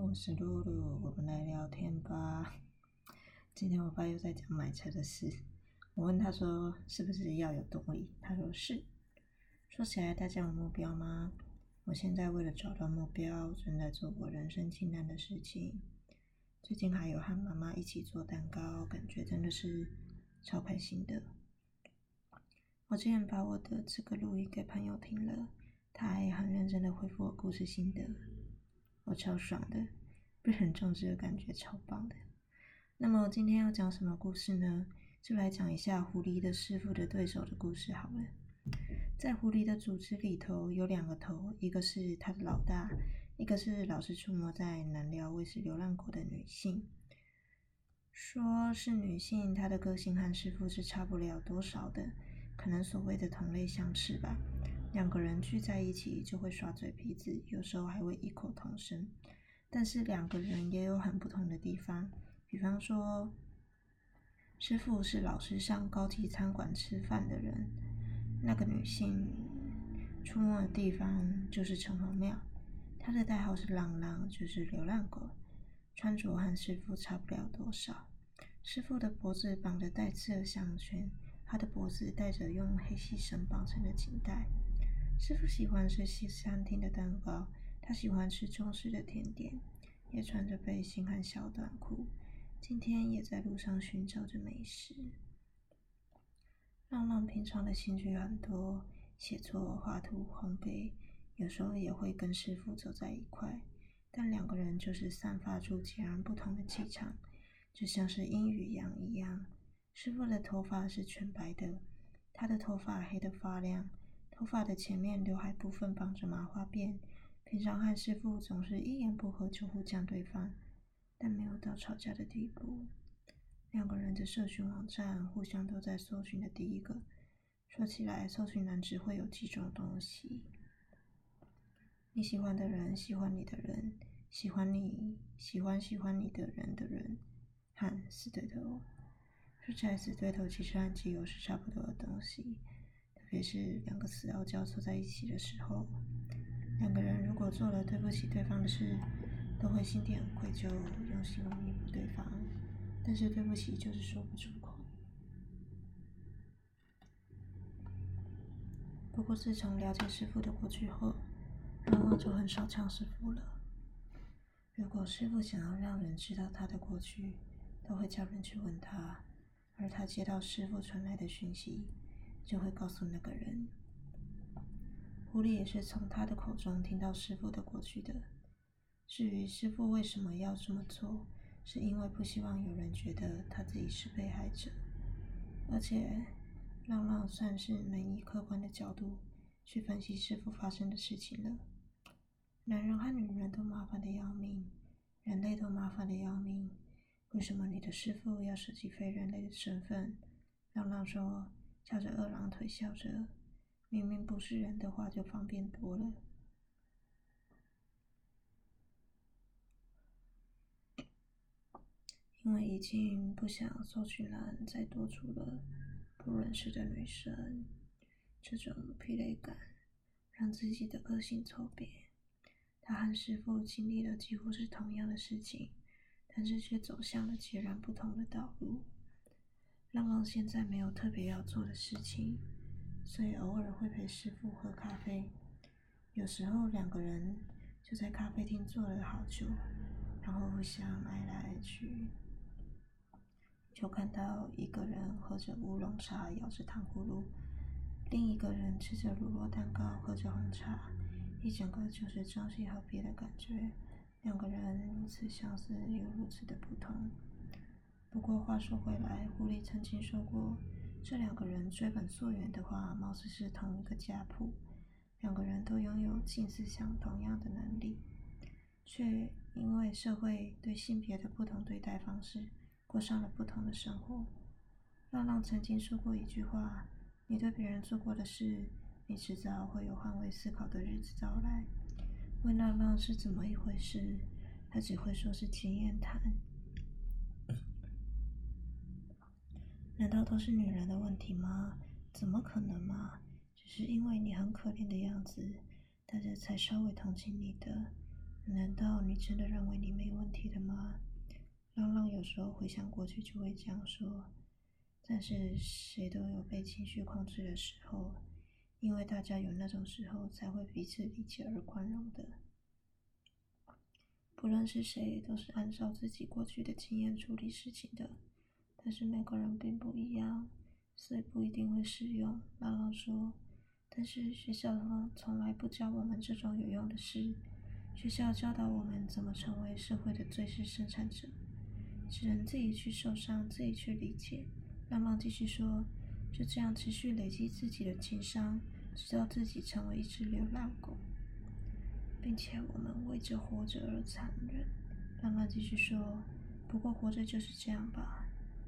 我是露露，我们来聊天吧。今天我爸又在讲买车的事，我问他说是不是要有动力，他说是。说起来大家有目标吗？我现在为了找到目标，正在做我人生清单的事情。最近还有和妈妈一起做蛋糕，感觉真的是超开心的。我之前把我的这个录音给朋友听了，他还很认真的回复我故事心得，我超爽的，被人重视的感觉超棒的。那么今天要讲什么故事呢？就来讲一下狐狸的师傅的对手的故事好了。在狐狸的组织里头有两个头，一个是他的老大，一个是老是出没在南寮喂食流浪狗的女性。说是女性，她的个性和师傅是差不了多少的，可能所谓的同类相斥吧。两个人聚在一起就会耍嘴皮子，有时候还会异口同声。但是两个人也有很不同的地方，比方说，师傅是老是上高级餐馆吃饭的人，那个女性出没的地方就是城隍庙，她的代号是浪浪，就是流浪狗，穿着和师傅差不了多少。师傅的脖子绑着带刺的项圈，他的脖子戴着用黑细绳绑成的颈带。师傅喜欢吃西餐厅的蛋糕，他喜欢吃中式的甜点，也穿着背心和小短裤。今天也在路上寻找着美食。浪浪平常的兴趣很多，写作、画图、烘焙，有时候也会跟师傅走在一块，但两个人就是散发出截然不同的气场，就像是阴与阳一样。师傅的头发是全白的，他的头发黑得发亮，头发的前面刘海部分绑着麻花辫。平常和师傅总是一言不合就互呛对方，但没有到吵架的地步。两个人的社群网站互相都在搜寻的第一个，说起来搜寻栏只会有几种东西：你喜欢的人喜欢你的人，喜欢你喜欢你的人，和死对头。说起来死对头其实和基友是差不多的东西，特别是两个死傲交错在一起的时候。两个人如果做了对不起对方的事，都会心底很愧疚，用行为弥补对方，但是对不起就是说不出口。不过自从了解师傅的过去后，浪浪就很少呛师傅了。如果师傅想要让人知道他的过去，都会叫人去问他，而他接到师傅传来的讯息，就会告诉那个人。狐狸也是从他的口中听到师傅的过去的。至于师傅为什么要这么做，是因为不希望有人觉得他自己是被害者。而且，浪浪算是能以客观的角度去分析师傅发生的事情了。男人和女人都麻烦的要命，人类都麻烦的要命，为什么你的师傅要设计非人类的身份？浪浪说，翘着二郎腿笑着，明明不是人的话就方便多了。因为已经不想搜寻栏再多出了不认识的女生，这种疲累感让自己的个性错别。他和师傅经历了几乎是同样的事情，但是却走向了截然不同的道路。浪浪现在没有特别要做的事情，所以偶尔会陪师傅喝咖啡。有时候两个人就在咖啡厅坐了好久，然后互相挨来挨去。就看到一个人喝着乌龙茶，咬着糖葫芦，另一个人吃着乳酪蛋糕，喝着红茶，一整个就是朝夕和别的感觉。两个人如此相似，又如此的不同。不过话说回来，狐狸曾经说过，这两个人追本溯源的话，貌似是同一个家谱。两个人都拥有近似相同样的能力，却因为社会对性别的不同对待方式，过上了不同的生活。浪浪曾经说过一句话：你对别人做过的事，你迟早会有换位思考的日子到来。问浪浪是怎么一回事，他只会说是经验谈。难道都是女人的问题吗？怎么可能嘛？只是因为你很可怜的样子，大家才稍微同情你的。 难道你真的认为你没问题的吗？浪浪有时候回想过去就会这样说，但是谁都有被情绪控制的时候，因为大家有那种时候才会彼此理解而宽容的。不论是谁，都是按照自己过去的经验处理事情的，但是每个人并不一样，所以不一定会适用。浪浪说，但是学校从来不教我们这种有用的事，学校教导我们怎么成为社会的最适生产者，只能自己去受伤，自己去理解。浪浪继续说，就这样持续累积自己的情商，直到自己成为一只流浪狗。并且我们为着活着而残忍。浪浪继续说，不过活着就是这样吧。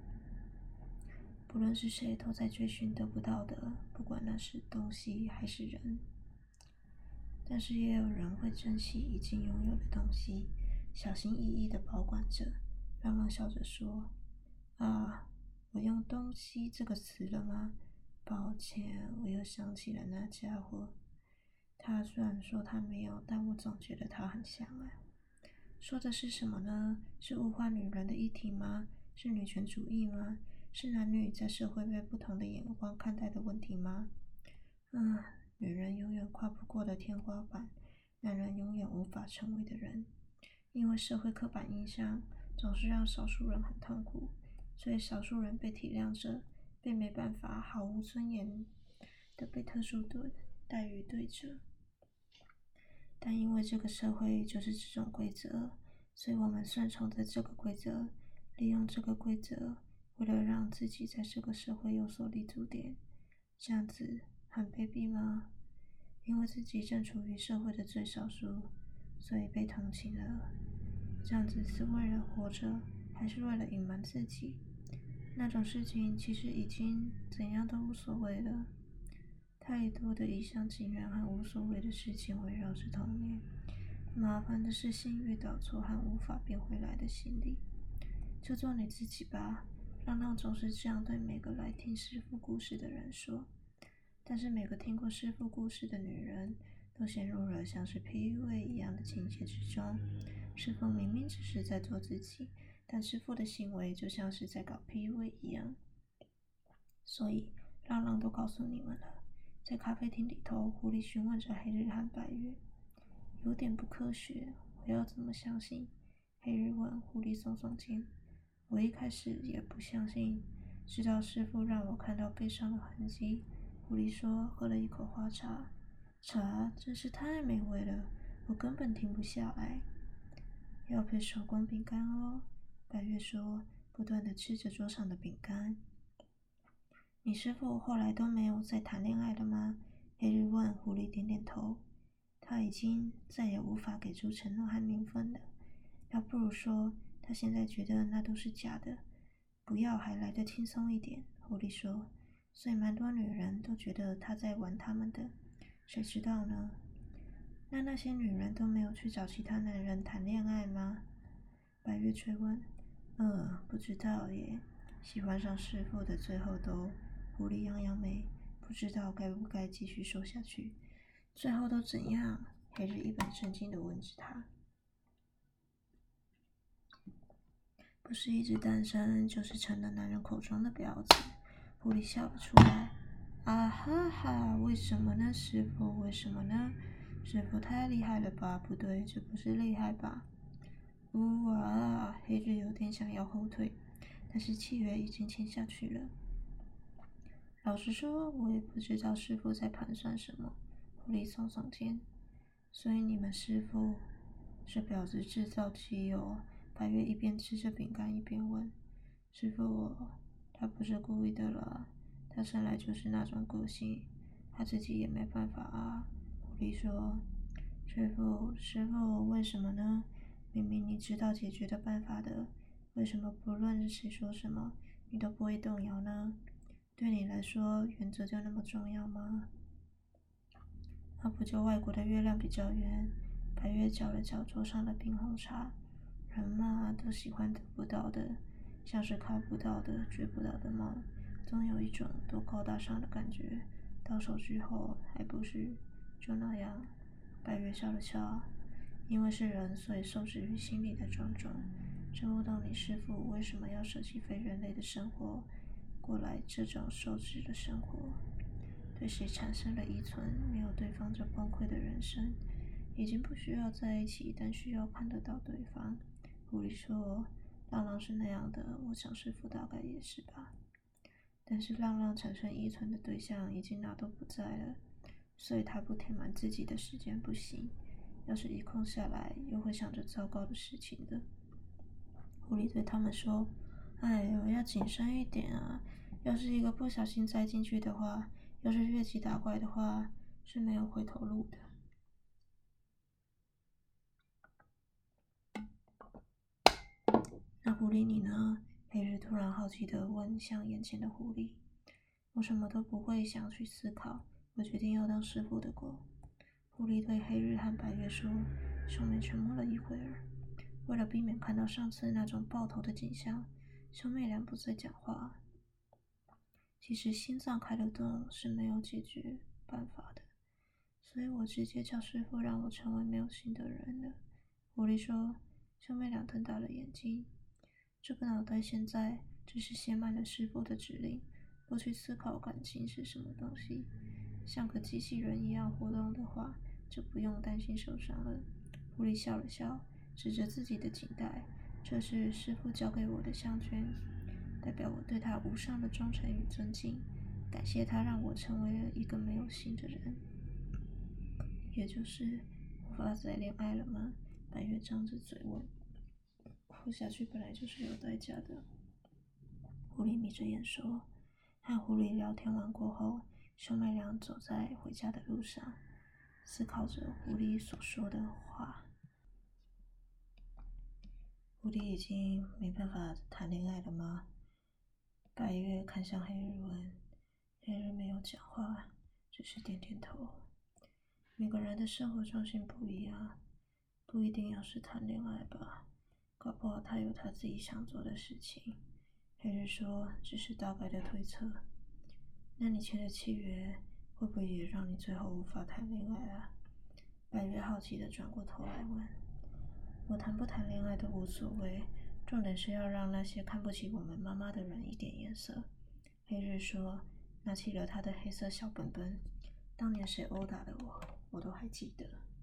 不论是谁都在追寻得不到的，不管那是东西还是人。但是也有人会珍惜已经拥有的东西，小心翼翼地保管着。浪浪笑着说，我用东西这个词了吗？抱歉，我又想起了那家伙。他虽然说他没有，但我总觉得他很像啊。说的是什么呢？是物化女人的议题吗？是女权主义吗？是男女在社会被不同的眼光看待的问题吗？女人永远跨不过的天花板，男人永远无法成为的人。因为社会刻板印象总是让少数人很痛苦，所以少数人被体谅着，被没办法毫无尊严的被特殊待遇对着。但因为这个社会就是这种规则，所以我们顺从着这个规则，利用这个规则，为了让自己在这个社会有所立足点。这样子很卑鄙吗？因为自己正处于社会的最少数，所以被同情了。这样子是为了活着，还是为了隐瞒自己？那种事情其实已经怎样都无所谓了。太多的一厢情愿和无所谓的事情围绕着童年，麻烦的是心遇导错和无法变回来的心理。就做你自己吧，浪浪总是这样对每个来听师父故事的人说。但是每个听过师父故事的女人都陷入了像是 PUA 一样的情节之中。师父明明只是在做自己，但师父的行为就像是在搞 PUA 一样。所以浪浪都告诉你们了。在咖啡厅里头，狐狸询问着黑日和白月，有点不科学，我要怎么相信？黑日问，狐狸耸耸肩，我一开始也不相信，直到师父让我看到背上的痕迹。狐狸说，喝了一口花茶，茶真是太美味了，我根本停不下来。要配手工饼干哦，白月说，不断地吃着桌上的饼干。你师父后来都没有再谈恋爱了吗？黑日问。狐狸点点头。他已经再也无法给出承诺和名分了。要不如说，他现在觉得那都是假的。不要还来得轻松一点，狐狸说。所以蛮多女人都觉得他在玩他们的。谁知道呢？那些女人都没有去找其他男人谈恋爱吗？白月追问。不知道耶。喜欢上师父的最后都……狐狸扬扬眉，不知道该不该继续说下去。最后都怎样？黑日一本正经地问着他。不是一直单身，就是成了男人口中的婊子。狐狸笑了出来。啊哈哈，为什么呢，师父？为什么呢？师父太厉害了吧？不对，这不是厉害吧？黑日有点想要后退，但是契约已经签下去了。老实说，我也不知道师父在盘算什么。狐狸耸耸肩。所以你们师父是婊子制造机哦？白月一边吃着饼干一边问。师父，他不是故意的啦，他生来就是那种个性，他自己也没办法啊。狐狸说。师父，为什么呢？明明你知道解决的办法的，为什么不论谁说什么，你都不会动摇呢？对你来说，原则就那么重要吗？那不就外国的月亮比较圆？白月搅了搅桌上的冰红茶。人嘛，都喜欢得不到的，像是靠不到的、追不到的梦，总有一种多高大上的感觉。到手之后，还不是就那样？白月笑了笑。 因为是人，所以受制于心理的种种。真不懂你师父为什么要舍弃非人类的生活，过来这种受制的生活。对谁产生了依存，没有对方就崩溃的人生，已经不需要在一起，但需要看得到对方。狐狸说：“浪浪是那样的，我想师父大概也是吧。但是浪浪产生依存的对象已经哪都不在了，所以他不填满自己的时间不行。要是一空下来，又会想着糟糕的事情的。”狐狸对他们说：“哎呦，要谨慎一点啊！要是一个不小心栽进去的话，要是越级打怪的话，是没有回头路的。”那狐狸你呢？黑日突然好奇地问向眼前的狐狸。我什么都不会想去思考，我决定要当师傅的狗。狐狸对黑日和白月说，兄妹沉默了一会儿。为了避免看到上次那种爆头的景象，兄妹俩不再讲话。其实心脏开了洞是没有解决办法的，所以我直接叫师傅让我成为没有心的人了。狐狸说，兄妹俩瞪大了眼睛。这个脑袋现在只是写满了师傅的指令，不去思考感情是什么东西。像个机器人一样活动的话，就不用担心受伤了。狐狸笑了笑，指着自己的颈带，这是师傅交给我的项圈，代表我对他无上的忠诚与尊敬，感谢他让我成为了一个没有心的人。也就是无法再恋爱了吗？白月张着嘴问。活下去本来就是有代价的。狐狸眯着眼说。和狐狸聊天完过后，兄妹俩走在回家的路上，思考着狐狸所说的话。狐狸已经没办法谈恋爱了吗？白月看向黑日问。黑日没有讲话，只是点点头。每个人的生活重心不一样，不一定要是谈恋爱吧，搞不好他有他自己想做的事情。黑日说，只是大概的推测。那你签的契约会不会也让你最后无法谈恋爱啊？白月好奇地转过头来问。我谈不谈恋爱都无所谓，重点是要让那些看不起我们妈妈的人一点颜色。黑日说，拿起了他的黑色小本本，当年谁殴打了我，我都还记得。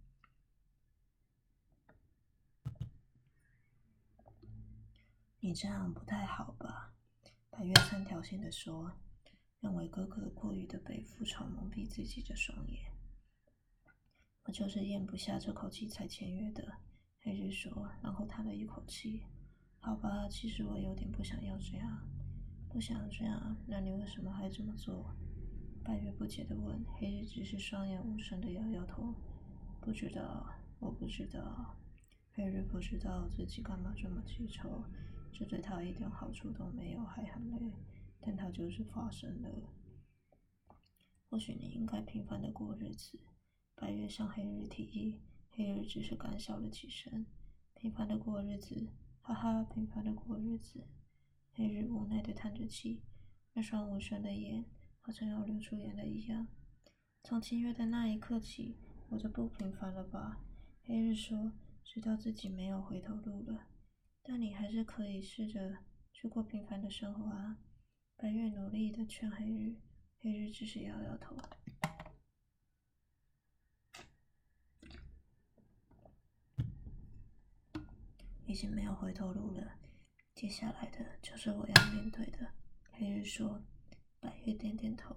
你这样不太好吧？白月三条线地说，认为哥哥过于的被复仇蒙蔽自己的双眼。我就是咽不下这口气才签约的，黑日说，然后叹了一口气。好吧，其实我有点不想要这样。不想这样，那你为什么还这么做？白月不解地问。黑日只是双眼无神地摇摇头。不知道，我不知道。黑日不知道自己干嘛这么记仇，这对他一点好处都没有，还很累，但他就是发生了。或许你应该平凡的过日子。白月向黑日提议，黑日只是干笑了几声。平凡的过日子，哈哈，平凡的过日子。黑日无奈地叹着气，那双无神的眼好像要流出眼泪一样。从签约的那一刻起，我就不平凡了吧？黑日说，知道自己没有回头路了。但你还是可以试着去过平凡的生活啊。白月努力地劝黑日，黑日只是摇摇头。已经没有回头路了，接下来的就是我要面对的。黑日说。白月点点头。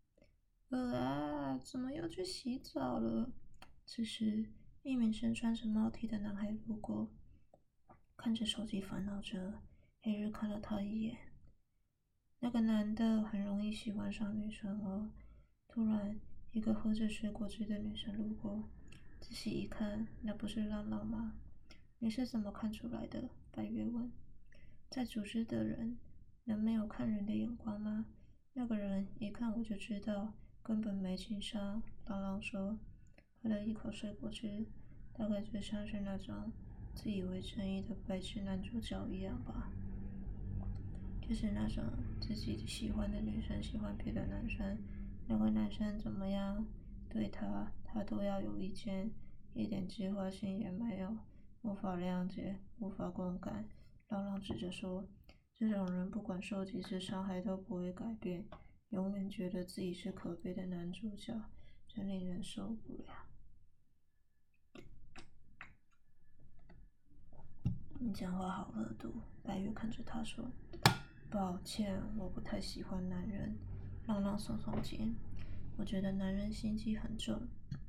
怎么又去洗澡了？此时，一名身穿着毛 T 的男孩路过，看着手机烦恼着。黑日看了他一眼。那个男的很容易喜欢上女生哦。突然，一个喝着水果汁的女生路过，仔细一看，那不是浪浪吗？你是怎么看出来的？白月问。在组织的人能没有看人的眼光吗？那个人一看我就知道，根本没情商。浪浪说，喝了一口水果汁，大概就像是那种自以为正义的白痴男主角一样吧。就是那种自己喜欢的女生喜欢别的男生，那个男生怎么样对他，他都要有意见， 一点计划性也没有，无法谅解，无法共感。朗朗指着说：“这种人不管受几次伤害都不会改变，永远觉得自己是可悲的男主角，真令人受不了。”你讲话好恶毒，白月看着他说：“抱歉，我不太喜欢男人。”朗朗耸耸肩：“我觉得男人心机很重。”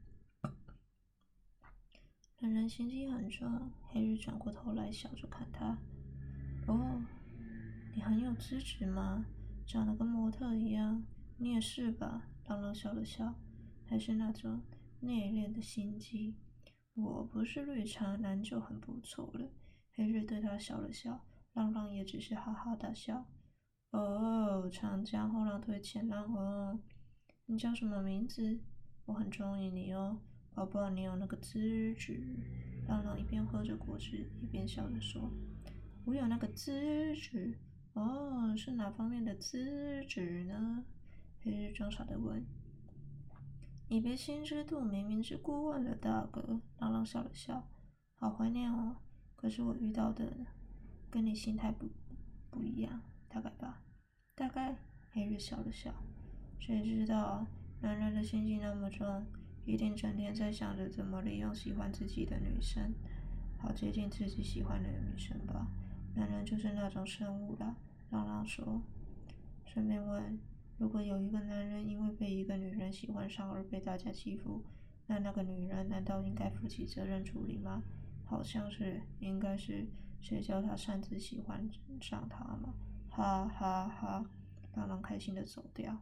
男人心机很重。黑日转过头来，笑着看他：“哦，你很有资质吗？长得跟模特一样。你也是吧？”朗朗笑了笑，还是那种内敛的心机。我不是绿茶男就很不错了。黑日对他笑了笑，朗朗也只是哈哈大笑。哦，长江后浪推前浪哦。你叫什么名字？我很中意你哦，宝宝，你有那个资质。朗朗一边喝着果汁，一边笑着说：“我有那个资质。哦，是哪方面的资质呢？”黑日装傻的问。“你别心知肚明，明知故问了，大哥。”朗朗笑了笑，“好怀念哦。可是我遇到的跟你心态不一样，大概吧。”“大概。”黑日笑了笑，“谁知道男人的心机那么重，一定整天在想着怎么利用喜欢自己的女生，好接近自己喜欢的女生吧。男人就是那种生物啦。”朗朗说。顺便问：“如果有一个男人因为被一个女人喜欢上而被大家欺负，那个女人难道应该负起责任处理吗？”“好像是，应该是。谁叫他擅自喜欢上她嘛？”“哈哈哈！”朗朗开心的走掉。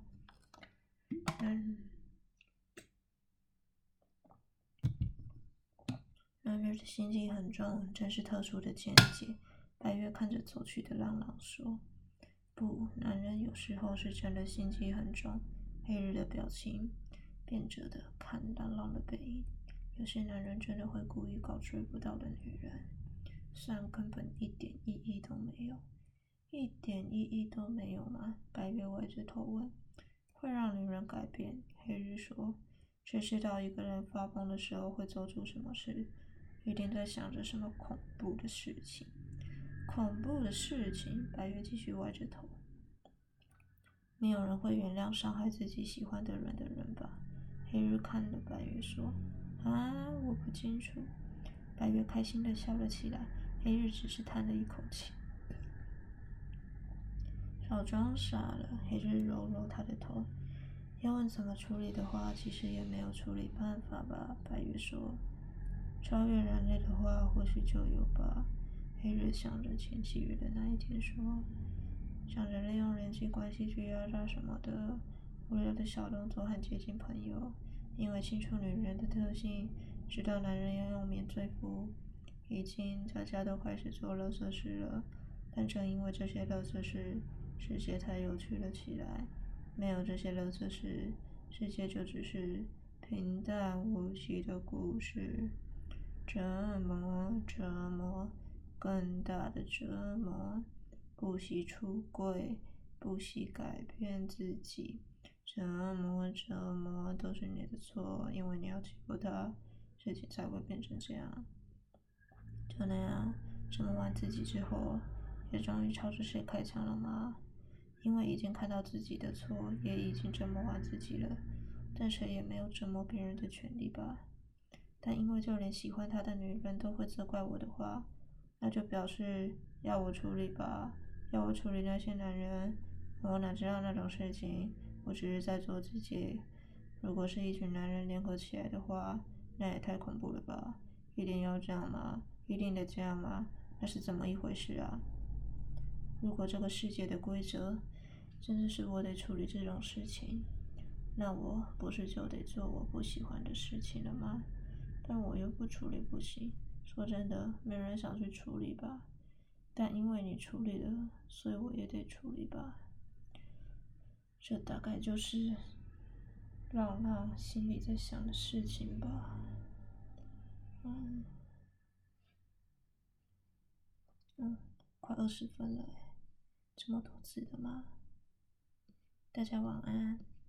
男人的心机很重，真是特殊的见解。白月看着走去的朗朗说：“不，男人有时候是真的心机很重。”黑日的表情变着的看朗朗的背影。有些男人真的会故意搞追不到的女人，虽然根本一点意义都没有。一点意义都没有吗？白月歪着头问。会让女人改变，黑日说。谁知道一个人发疯的时候会做出什么事？一定在想着什么恐怖的事情。恐怖的事情，白月继续歪着头。没有人会原谅伤害自己喜欢的人吧？黑日看了白月说：“啊，我不清楚。”白月开心的笑了起来，黑日只是叹了一口气。少装傻了，黑日揉揉他的头。要问怎么处理的话，其实也没有处理办法吧？白月说。超越人类的话，或许就有吧。黑日想着前7月的那一天说，想着利用人际关系去压榨什么的，无聊的小动作和接近朋友。因为清楚女人的特性，知道男人要用免罪符，已经大家都开始做垃圾事了。但正因为这些垃圾事，世界才有趣了起来。没有这些垃圾事，世界就只是平淡无奇的故事。折磨，更大的折磨。不惜出轨，不惜改变自己。折磨，都是你的错，因为你要欺负他，事情才会变成这样。就那样，折磨完自己之后，也终于朝着谁开枪了吗？因为已经看到自己的错，也已经折磨完自己了，但谁也没有折磨别人的权利吧？但因为就连喜欢他的女人都会责怪我的话，那就表示要我处理吧，要我处理那些男人。我哪知道那种事情，我只是在做自己。如果是一群男人联合起来的话，那也太恐怖了吧？一定要这样吗？一定得这样吗？那是怎么一回事啊？如果这个世界的规则真的是我得处理这种事情，那我不是就得做我不喜欢的事情了吗？但我又不处理不行。说真的，没人想去处理吧？但因为你处理了，所以我也得处理吧。这大概就是朗朗心里在想的事情吧。快20分了，这么多字的吗？大家晚安。